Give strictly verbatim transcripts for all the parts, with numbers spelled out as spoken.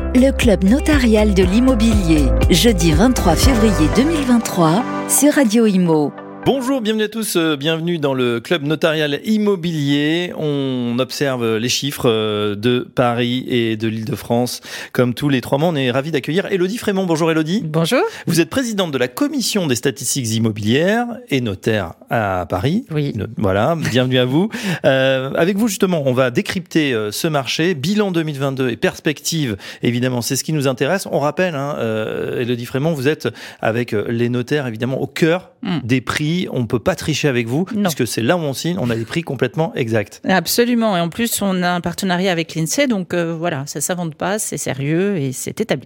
Le Club notarial de l'immobilier, jeudi vingt-trois février deux mille vingt-trois, sur Radio Imo. Bonjour, bienvenue à tous, euh, bienvenue dans le Club notarial immobilier. On observe les chiffres euh, de Paris et de l'Île-de-France. Comme tous les trois mois, on est ravis d'accueillir Élodie Frémont. Bonjour Élodie. Bonjour. Vous êtes présidente de la commission des statistiques immobilières et notaire à Paris. Oui. Voilà, bienvenue à vous. Euh, avec vous justement, on va décrypter euh, ce marché. Bilan deux mille vingt-deux et perspectives, évidemment, c'est ce qui nous intéresse. On rappelle, hein, euh, Élodie Frémont, vous êtes avec euh, les notaires évidemment au cœur mm. des prix. On ne peut pas tricher avec vous, non. Puisque c'est là où on signe, on a les prix complètement exacts. Absolument, et en plus on a un partenariat avec l'INSEE, donc euh, voilà, ça ne s'invente pas, c'est sérieux et c'est établi.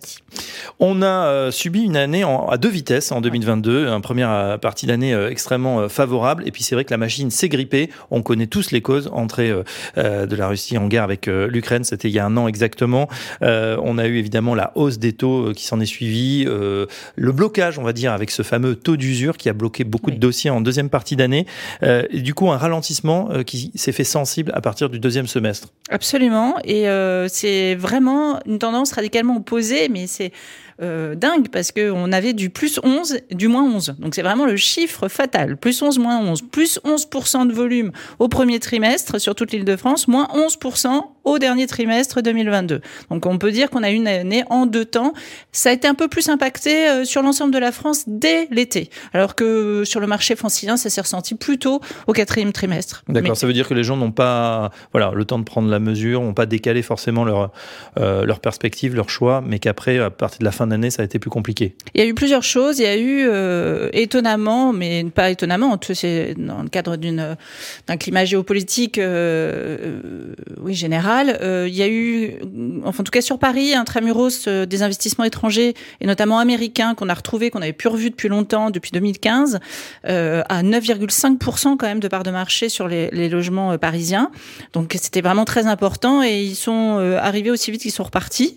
On a euh, subi une année en, à deux vitesses en deux mille vingt-deux, une première partie d'année euh, extrêmement euh, favorable, et puis c'est vrai que la machine s'est grippée, on connaît tous les causes, entrée euh, euh, de la Russie en guerre avec euh, l'Ukraine, c'était il y a un an exactement, euh, on a eu évidemment la hausse des taux euh, qui s'en est suivie, euh, le blocage on va dire avec ce fameux taux d'usure qui a bloqué beaucoup oui. de dossiers en deuxième partie d'année, euh, et du coup un ralentissement euh, qui s'est fait sensible à partir du deuxième semestre. Absolument, et euh, c'est vraiment une tendance radicalement opposée, mais c'est Euh, dingue parce qu'on avait du plus onze, du moins onze. Donc c'est vraiment le chiffre fatal. Plus onze, moins onze. Plus onze pour cent de volume au premier trimestre sur toute l'Île-de-France, moins onze pour cent au dernier trimestre deux mille vingt-deux. Donc on peut dire qu'on a eu une année en deux temps. Ça a été un peu plus impacté euh, sur l'ensemble de la France dès l'été. Alors que sur le marché francilien, ça s'est ressenti plutôt au quatrième trimestre. D'accord, Mais... ça veut dire que les gens n'ont pas voilà, le temps de prendre la mesure, n'ont pas décalé forcément leur, euh, leur perspective, leur choix, mais qu'après, à partir de la fin d'année, ça a été plus compliqué. Il y a eu plusieurs choses. Il y a eu, euh, étonnamment, mais pas étonnamment, c'est dans le cadre d'une, d'un climat géopolitique euh, euh, oui, général, euh, il y a eu, enfin, en tout cas sur Paris, intramuros, euh, des investissements étrangers, et notamment américains, qu'on a retrouvés, qu'on n'avait plus revus depuis longtemps, depuis deux mille quinze, euh, à neuf virgule cinq pour cent quand même de part de marché sur les, les logements euh, parisiens. Donc c'était vraiment très important, et ils sont euh, arrivés aussi vite qu'ils sont repartis.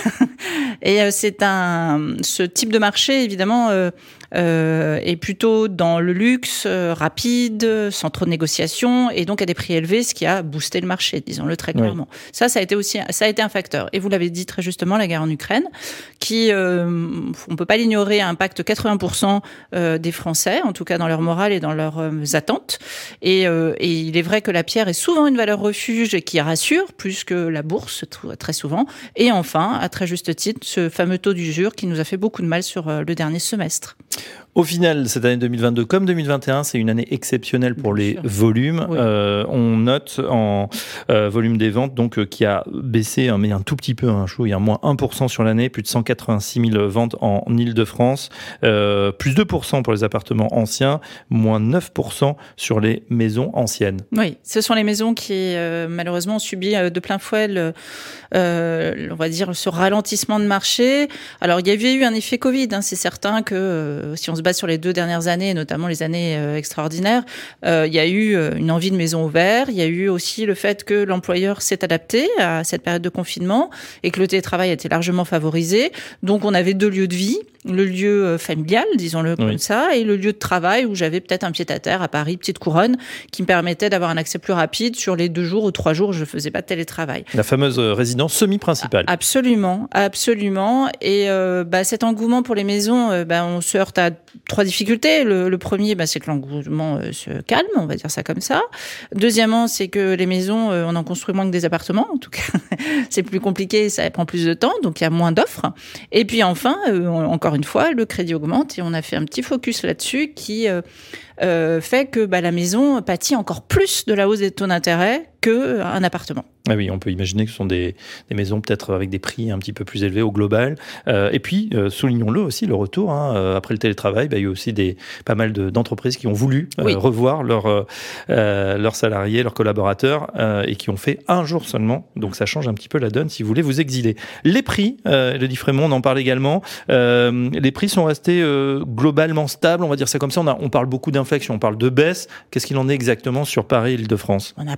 Et euh, c'est un, ce type de marché, évidemment, euh, euh, est plutôt dans le luxe, euh, rapide, sans trop de négociations, et donc à des prix élevés, ce qui a boosté le marché, disons-le très clairement. Oui. Ça, ça a été aussi, ça a été un facteur. Et vous l'avez dit très justement, la guerre en Ukraine, qui, euh, on peut pas l'ignorer, impacte quatre-vingts pour cent euh, des Français, en tout cas dans leur morale et dans leurs euh, attentes. Et, euh, et il est vrai que la pierre est souvent une valeur refuge qui rassure, plus que la bourse, très souvent. Et enfin, à très juste titre, ce fameux taux d'usure qui nous a fait beaucoup de mal sur euh, le dernier semestre. Au final, cette année deux mille vingt-deux comme deux mille vingt et un, c'est une année exceptionnelle pour Bien les sûr. volumes. Oui. Euh, on note en euh, volume des ventes donc euh, qui a baissé, hein, mais un tout petit peu, un chou, il y a moins un pour cent sur l'année, plus de cent quatre-vingt-six mille ventes en Île-de-France, euh, plus deux pour cent pour les appartements anciens, moins neuf pour cent sur les maisons anciennes. Oui, ce sont les maisons qui euh, malheureusement ont subi euh, de plein fouet le, euh, on va dire ce ralentissement de marché. Alors il y avait eu un effet Covid, hein, c'est certain que euh, si on se base sur les deux dernières années, notamment les années euh, extraordinaires, euh, il y a eu euh, une envie de maison ouverte, il y a eu aussi le fait que l'employeur s'est adapté à cette période de confinement et que le télétravail a été largement favorisé. Donc on avait deux lieux de vie, le lieu euh, familial, disons-le comme oui. ça, et le lieu de travail où j'avais peut-être un pied-à-terre à Paris, petite couronne, qui me permettait d'avoir un accès plus rapide sur les deux jours ou trois jours où je ne faisais pas de télétravail. La fameuse résidence semi-principale. Absolument, absolument. Et euh, bah, cet engouement pour les maisons, euh, bah, on se heurte à trois difficultés. Le, le premier, bah, c'est que l'engouement euh, se calme, on va dire ça comme ça. Deuxièmement, c'est que les maisons, euh, on en construit moins que des appartements. En tout cas, c'est plus compliqué, ça prend plus de temps, donc il y a moins d'offres. Et puis enfin, euh, encore une fois, le crédit augmente et on a fait un petit focus là-dessus qui euh, euh, fait que bah, la maison pâtit encore plus de la hausse des taux d'intérêt qu'un appartement. Ah oui, on peut imaginer que ce sont des, des maisons peut-être avec des prix un petit peu plus élevés au global. Euh, et puis, euh, soulignons-le aussi, le retour. Hein, euh, après le télétravail, bah, il y a eu aussi des, pas mal de, d'entreprises qui ont voulu euh, oui. revoir leurs euh, leurs salariés, leurs collaborateurs, euh, et qui ont fait un jour seulement. Donc ça change un petit peu la donne si vous voulez vous exiler. Les prix, euh, Élodie Frémont, on en parle également. Euh, les prix sont restés euh, globalement stables, on va dire ça comme ça. On, a, on parle beaucoup d'inflation, on parle de baisse. Qu'est-ce qu'il en est exactement sur Paris et l'Île-de-France ? On n'a pas un retour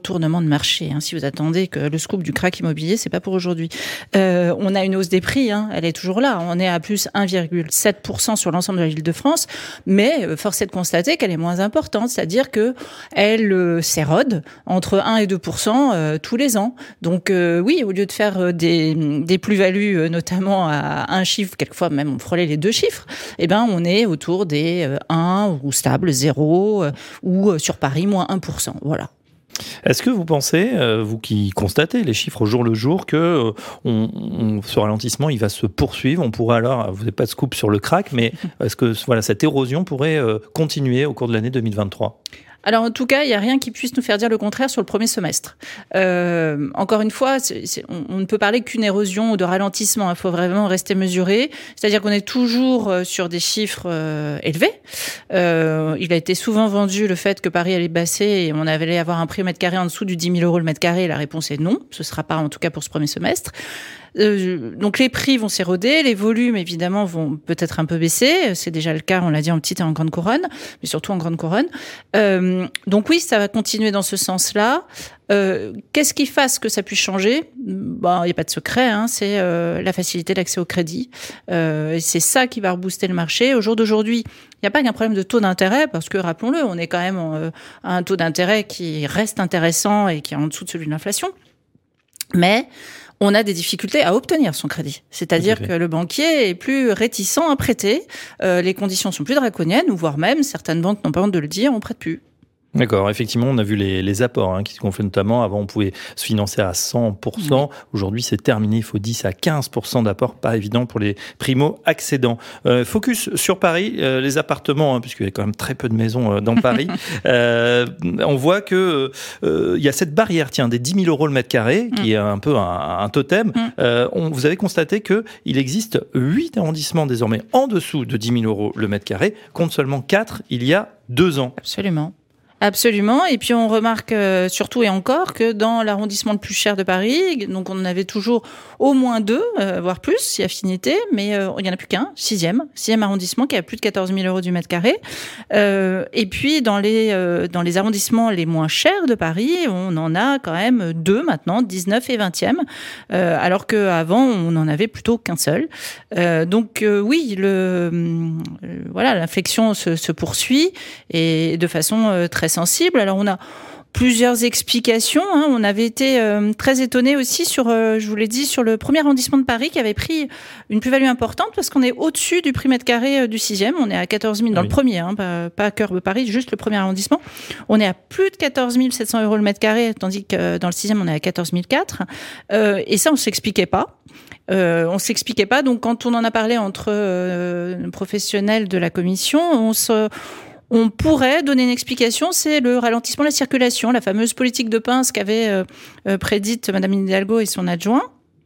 retournement de marché. Hein. Si vous attendez que le scoop du crack immobilier, c'est pas pour aujourd'hui. Euh, on a une hausse des prix, hein, elle est toujours là. On est à plus un virgule sept pour cent sur l'ensemble de l'Île-de-France, mais euh, force est de constater qu'elle est moins importante, c'est-à-dire que elle euh, s'érode entre un et deux pour cent euh, tous les ans. Donc euh, oui, au lieu de faire des, des plus-values, euh, notamment à un chiffre, quelquefois même on frôlait les deux chiffres, eh ben on est autour des euh, un ou stable, zéro, euh, ou euh, sur Paris, moins un pour cent. Voilà. Est-ce que vous pensez, euh, vous qui constatez les chiffres au jour le jour, que euh, on, on, ce ralentissement il va se poursuivre? On pourrait alors, vous n'avez pas de scoop sur le crack, mais est-ce que voilà, cette érosion pourrait euh, continuer au cours de l'année deux mille vingt-trois? Alors en tout cas, il n'y a rien qui puisse nous faire dire le contraire sur le premier semestre. Euh, encore une fois, c'est, c'est, on, on ne peut parler qu'une érosion ou de ralentissement. Il faut vraiment rester mesuré. C'est-à-dire qu'on est toujours sur des chiffres euh, élevés. Euh, il a été souvent vendu le fait que Paris allait basser et on allait avoir un prix au mètre carré en dessous du dix mille euros le mètre carré. La réponse est non. Ce ne sera pas en tout cas pour ce premier semestre. Euh, donc les prix vont s'éroder, les volumes évidemment vont peut-être un peu baisser, c'est déjà le cas, on l'a dit, en petite et en grande couronne, mais surtout en grande couronne. Euh, donc oui, ça va continuer dans ce sens-là. Euh, qu'est-ce qui fasse que ça puisse changer? Bon, il n'y a pas de secret, hein, c'est euh, la facilité d'accès au crédit. Euh, c'est ça qui va rebooster le marché. Au jour d'aujourd'hui, il n'y a pas qu'un problème de taux d'intérêt, parce que rappelons-le, on est quand même euh, à un taux d'intérêt qui reste intéressant et qui est en dessous de celui de l'inflation. Mais on a des difficultés à obtenir son crédit. C'est-à-dire que le banquier est plus réticent à prêter, euh, les conditions sont plus draconiennes, ou voire même, certaines banques n'ont pas honte de le dire, on prête plus. D'accord, effectivement, on a vu les, les apports hein, qui se gonflaient notamment. Avant, on pouvait se financer à cent pour cent. Mmh. Aujourd'hui, c'est terminé. Il faut dix à quinze pour cent d'apports, pas évident pour les primo-accédants. Euh, focus sur Paris, euh, les appartements, hein, puisqu'il y a quand même très peu de maisons euh, dans Paris. euh, on voit que euh, il y a cette barrière, tiens, des dix mille euros le mètre carré, qui mmh. est un peu un, un totem. Mmh. Euh, on, vous avez constaté que il existe huit arrondissements désormais en dessous de dix mille euros le mètre carré, contre seulement quatre il y a deux ans. Absolument. Absolument. Et puis on remarque euh, surtout et encore que dans l'arrondissement le plus cher de Paris, donc on en avait toujours au moins deux, euh, voire plus, si affinité, mais euh, il y en a plus qu'un, sixième, sixième arrondissement qui a plus de quatorze mille euros du mètre carré. Euh, et puis dans les euh, dans les arrondissements les moins chers de Paris, on en a quand même deux maintenant, dix-neuf et vingtième, euh, alors que avant on en avait plutôt qu'un seul. Euh, donc euh, oui, le euh, voilà, l'inflexion se, se poursuit et de façon euh, très sensible. Alors on a plusieurs explications. Hein. On avait été euh, très étonnés aussi sur, euh, je vous l'ai dit, sur le premier arrondissement de Paris qui avait pris une plus-value importante parce qu'on est au-dessus du prix mètre carré euh, du sixième. On est à quatorze mille dans oui. le premier, hein, pas, pas cœur de Paris, juste le premier arrondissement. On est à plus de quatorze mille sept cents euros le mètre carré, tandis que euh, dans le sixième, on est à quatorze mille quatre. Euh, et ça, on ne s'expliquait pas. Euh, on s'expliquait pas. Donc, quand on en a parlé entre euh, professionnels de la commission, on se On pourrait donner une explication, c'est le ralentissement de la circulation, la fameuse politique de pince qu'avait euh, prédite Madame Hidalgo et son adjoint,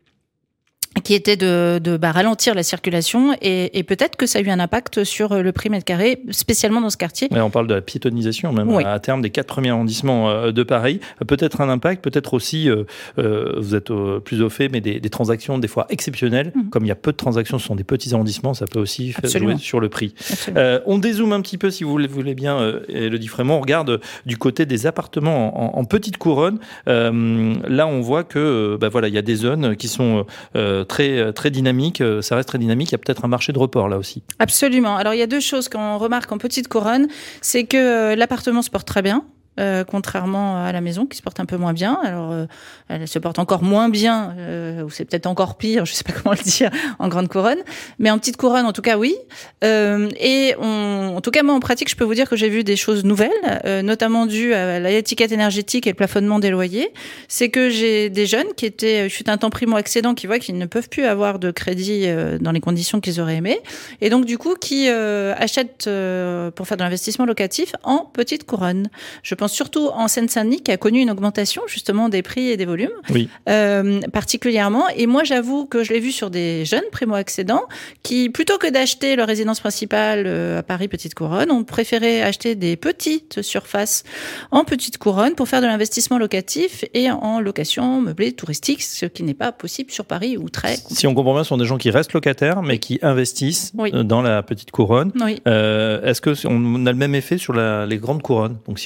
qui était de, de bah, ralentir la circulation et, et peut-être que ça a eu un impact sur le prix mètre carré, spécialement dans ce quartier. Ouais, on parle de la piétonisation même oui. à terme des quatre premiers arrondissements de Paris. Peut-être un impact, peut-être aussi, euh, euh, vous êtes au, plus au fait, mais des, des transactions des fois exceptionnelles. Mmh. Comme il y a peu de transactions, ce sont des petits arrondissements, ça peut aussi Absolument. jouer sur le prix. Euh, on dézoome un petit peu, si vous voulez, vous voulez bien, euh, Élodie Frémont, on regarde du côté des appartements en, en, en petite couronne. Euh, là, on voit que, bah voilà, il y a des zones qui sont euh, très, très dynamique, ça reste très dynamique, il y a peut-être un marché de report là aussi. Absolument. Alors il y a deux choses qu'on remarque en petite couronne, c'est que l'appartement se porte très bien. Euh, contrairement à la maison qui se porte un peu moins bien. Alors, euh, elle se porte encore moins bien, euh, ou c'est peut-être encore pire, je sais pas comment le dire, en grande couronne. Mais en petite couronne, en tout cas, oui. Euh, et on, en tout cas, moi, en pratique, je peux vous dire que j'ai vu des choses nouvelles, euh, notamment dues à l'étiquette énergétique et le plafonnement des loyers. C'est que j'ai des jeunes qui étaient, je suis un temps primo-accédant, qui voient qu'ils ne peuvent plus avoir de crédit euh, dans les conditions qu'ils auraient aimé. Et donc, du coup, qui euh, achètent euh, pour faire de l'investissement locatif en petite couronne. Je pense surtout en Seine-Saint-Denis, qui a connu une augmentation justement des prix et des volumes, oui. euh, particulièrement. Et moi, j'avoue que je l'ai vu sur des jeunes primo-accédants qui, plutôt que d'acheter leur résidence principale euh, à Paris Petite Couronne, ont préféré acheter des petites surfaces en Petite Couronne pour faire de l'investissement locatif et en location meublée touristique, ce qui n'est pas possible sur Paris ou très compliqué. Si on comprend bien, ce sont des gens qui restent locataires, mais qui investissent oui. dans la Petite Couronne. Oui. Euh, est-ce qu'on a le même effet sur la, les grandes couronnes? Donc, si on s'éloigne un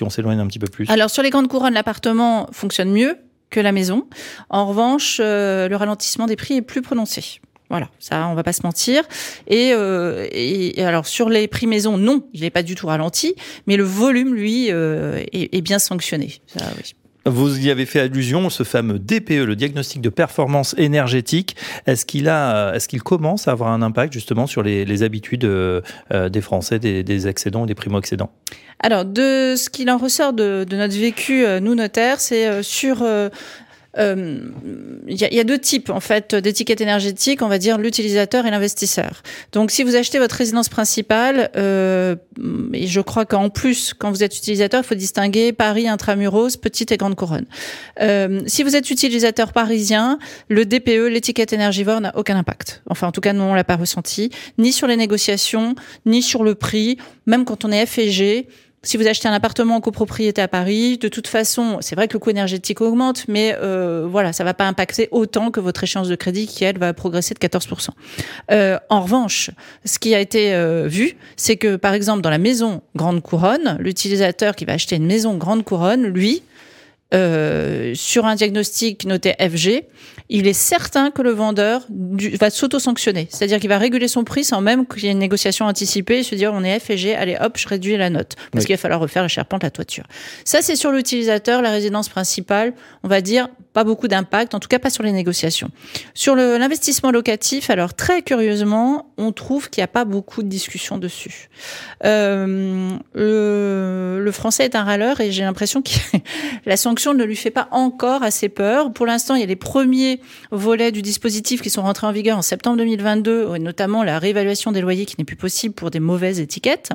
petit peu plus? Alors, sur les grandes couronnes, l'appartement fonctionne mieux que la maison. En revanche, euh, le ralentissement des prix est plus prononcé. Voilà, ça, on va pas se mentir. Et, euh, et, et alors sur les prix maison, non, il n'est pas du tout ralenti, mais le volume, lui, euh, est, est bien sanctionné. Ça, oui. Vous y avez fait allusion, ce fameux D P E, le diagnostic de performance énergétique. Est-ce qu'il a, est-ce qu'il commence à avoir un impact justement sur les, les habitudes euh, des Français, des, des accédants et des primo-accédants? Alors, de ce qu'il en ressort de, de notre vécu, euh, nous notaires, c'est euh, sur euh, Il euh, y, y a deux types en fait d'étiquettes énergétiques, on va dire l'utilisateur et l'investisseur. Donc si vous achetez votre résidence principale, euh, et je crois qu'en plus quand vous êtes utilisateur, il faut distinguer Paris, intramuros, petite et grande couronne. Euh, si vous êtes utilisateur parisien, le D P E, l'étiquette énergivore n'a aucun impact. Enfin en tout cas nous on l'a pas ressenti, ni sur les négociations, ni sur le prix, même quand on est F et G. Si vous achetez un appartement en copropriété à Paris, de toute façon, c'est vrai que le coût énergétique augmente, mais euh, voilà, ça va pas impacter autant que votre échéance de crédit qui, elle, va progresser de quatorze pour cent. Euh, en revanche, ce qui a été euh, vu, c'est que, par exemple, dans la maison Grande Couronne, l'utilisateur qui va acheter une maison Grande Couronne, lui, Euh, sur un diagnostic noté F G, il est certain que le vendeur du, va s'auto-sanctionner. C'est-à-dire qu'il va réguler son prix sans même qu'il y ait une négociation anticipée et se dire on est F et G, allez hop, je réduis la note. Parce oui. qu'il va falloir refaire la charpente, la toiture. Ça, c'est sur l'utilisateur, la résidence principale, on va dire pas beaucoup d'impact, en tout cas pas sur les négociations. Sur le, l'investissement locatif, alors très curieusement, on trouve qu'il n'y a pas beaucoup de discussion dessus. Euh, le, le français est un râleur et j'ai l'impression que la sanction ne lui fait pas encore assez peur. Pour l'instant, il y a les premiers volets du dispositif qui sont rentrés en vigueur en septembre deux mille vingt-deux, et notamment la réévaluation des loyers qui n'est plus possible pour des mauvaises étiquettes.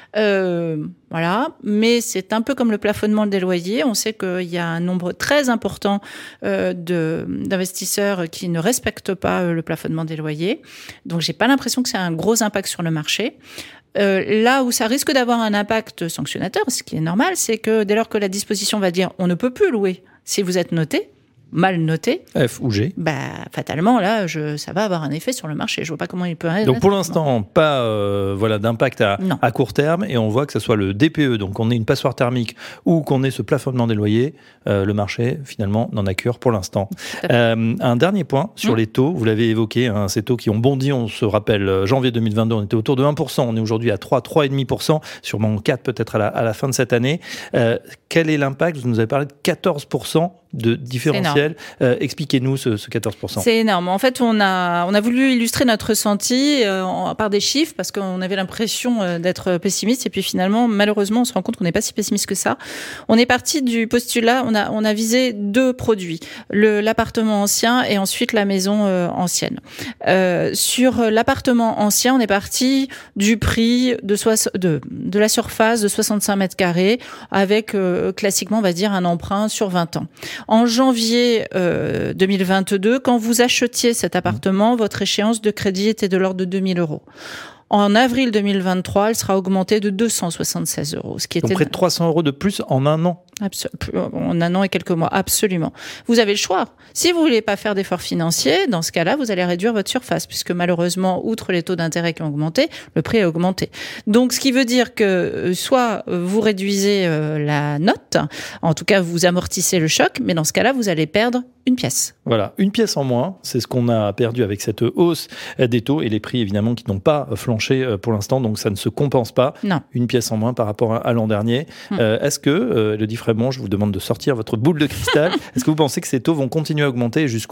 Euh, voilà, mais c'est un peu comme le plafonnement des loyers. On sait qu'il y a un nombre très important euh, de, d'investisseurs qui ne respectent pas euh, le plafonnement des loyers. Donc, j'ai pas l'impression que c'est un gros impact sur le marché. Euh, là où ça risque d'avoir un impact sanctionnateur, ce qui est normal, c'est que dès lors que la disposition va dire on ne peut plus louer si vous êtes noté, mal noté, F ou G, bah fatalement là, je, ça va avoir un effet sur le marché. Je vois pas comment il peut. Donc pour l'instant, pas euh, voilà d'impact à, à court terme, et on voit que ce soit le D P E, donc on ait une passoire thermique ou qu'on ait ce plafonnement des loyers, euh, le marché finalement n'en a cure pour l'instant. Euh, un dernier point sur mmh. les taux, vous l'avez évoqué, hein, ces taux qui ont bondi, on se rappelle janvier deux mille vingt-deux, on était autour de un pour cent, on est aujourd'hui à trois, trois virgule cinq pour cent, sûrement quatre peut-être à la, à la fin de cette année. Euh, quel est l'impact? Vous nous avez parlé de quatorze pour cent de différentiel. Euh, expliquez-nous ce, ce quatorze pour cent. C'est énorme. En fait, on a, on a voulu illustrer notre ressenti euh, par des chiffres parce qu'on avait l'impression euh, d'être pessimiste et puis finalement, malheureusement, on se rend compte qu'on n'est pas si pessimiste que ça. On est parti du postulat, on a, on a visé deux produits, le, l'appartement ancien et ensuite la maison euh, ancienne. Euh, sur l'appartement ancien, on est parti du prix de, soix- de, de la surface de soixante-cinq mètres carrés avec euh, classiquement, on va dire, un emprunt sur vingt ans. En janvier euh, deux mille vingt-deux, quand vous achetiez cet appartement, votre échéance de crédit était de l'ordre de deux mille euros. En avril deux mille vingt-trois, elle sera augmentée de deux cent soixante-seize euros. Ce qui Donc était près de trois cents euros de plus en un an. Absolument. En un an et quelques mois, absolument. Vous avez le choix. Si vous voulez pas faire d'efforts financiers, dans ce cas-là, vous allez réduire votre surface, puisque malheureusement, outre les taux d'intérêt qui ont augmenté, le prix a augmenté. Donc, ce qui veut dire que soit vous réduisez euh, la note, en tout cas, vous amortissez le choc, mais dans ce cas-là, vous allez perdre une pièce. Voilà, une pièce en moins, c'est ce qu'on a perdu avec cette hausse des taux et les prix évidemment qui n'ont pas flanché pour l'instant, donc ça ne se compense pas. Non. Une pièce en moins par rapport à l'an dernier. Hum. Euh, est-ce que, euh, Élodie Frémont, je vous demande de sortir votre boule de cristal, est-ce que vous pensez que ces taux vont continuer à augmenter et jusqu'où ?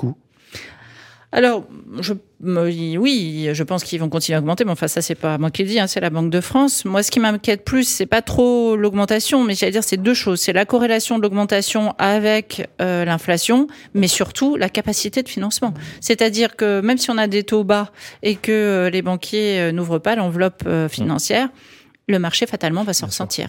Alors, je, oui, je pense qu'ils vont continuer à augmenter, mais enfin ça c'est pas moi qui le dis, hein, c'est la Banque de France. Moi, ce qui m'inquiète plus, c'est pas trop l'augmentation, mais j'allais dire c'est deux choses, c'est la corrélation de l'augmentation avec euh, l'inflation, mais surtout la capacité de financement. C'est-à-dire que même si on a des taux bas et que euh, les banquiers euh, n'ouvrent pas l'enveloppe euh, financière, mmh. le marché fatalement va s'en ressentir.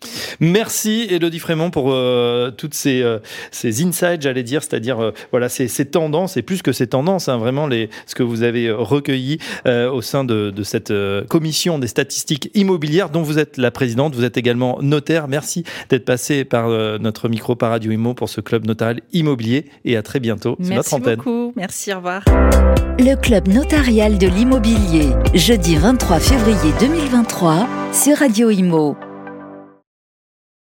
Merci Élodie Frémont pour euh, toutes ces, euh, ces insights, j'allais dire, c'est-à-dire euh, voilà ces, ces tendances et plus que ces tendances, hein, vraiment les, ce que vous avez recueilli euh, au sein de, de cette euh, commission des statistiques immobilières dont vous êtes la présidente, vous êtes également notaire. Merci d'être passé par euh, notre micro par Radio Imo pour ce club notarial immobilier et à très bientôt sur notre antenne. Merci beaucoup, merci, au revoir. Le club notarial de l'immobilier, jeudi vingt-trois février deux mille vingt-trois sur Radio Imo.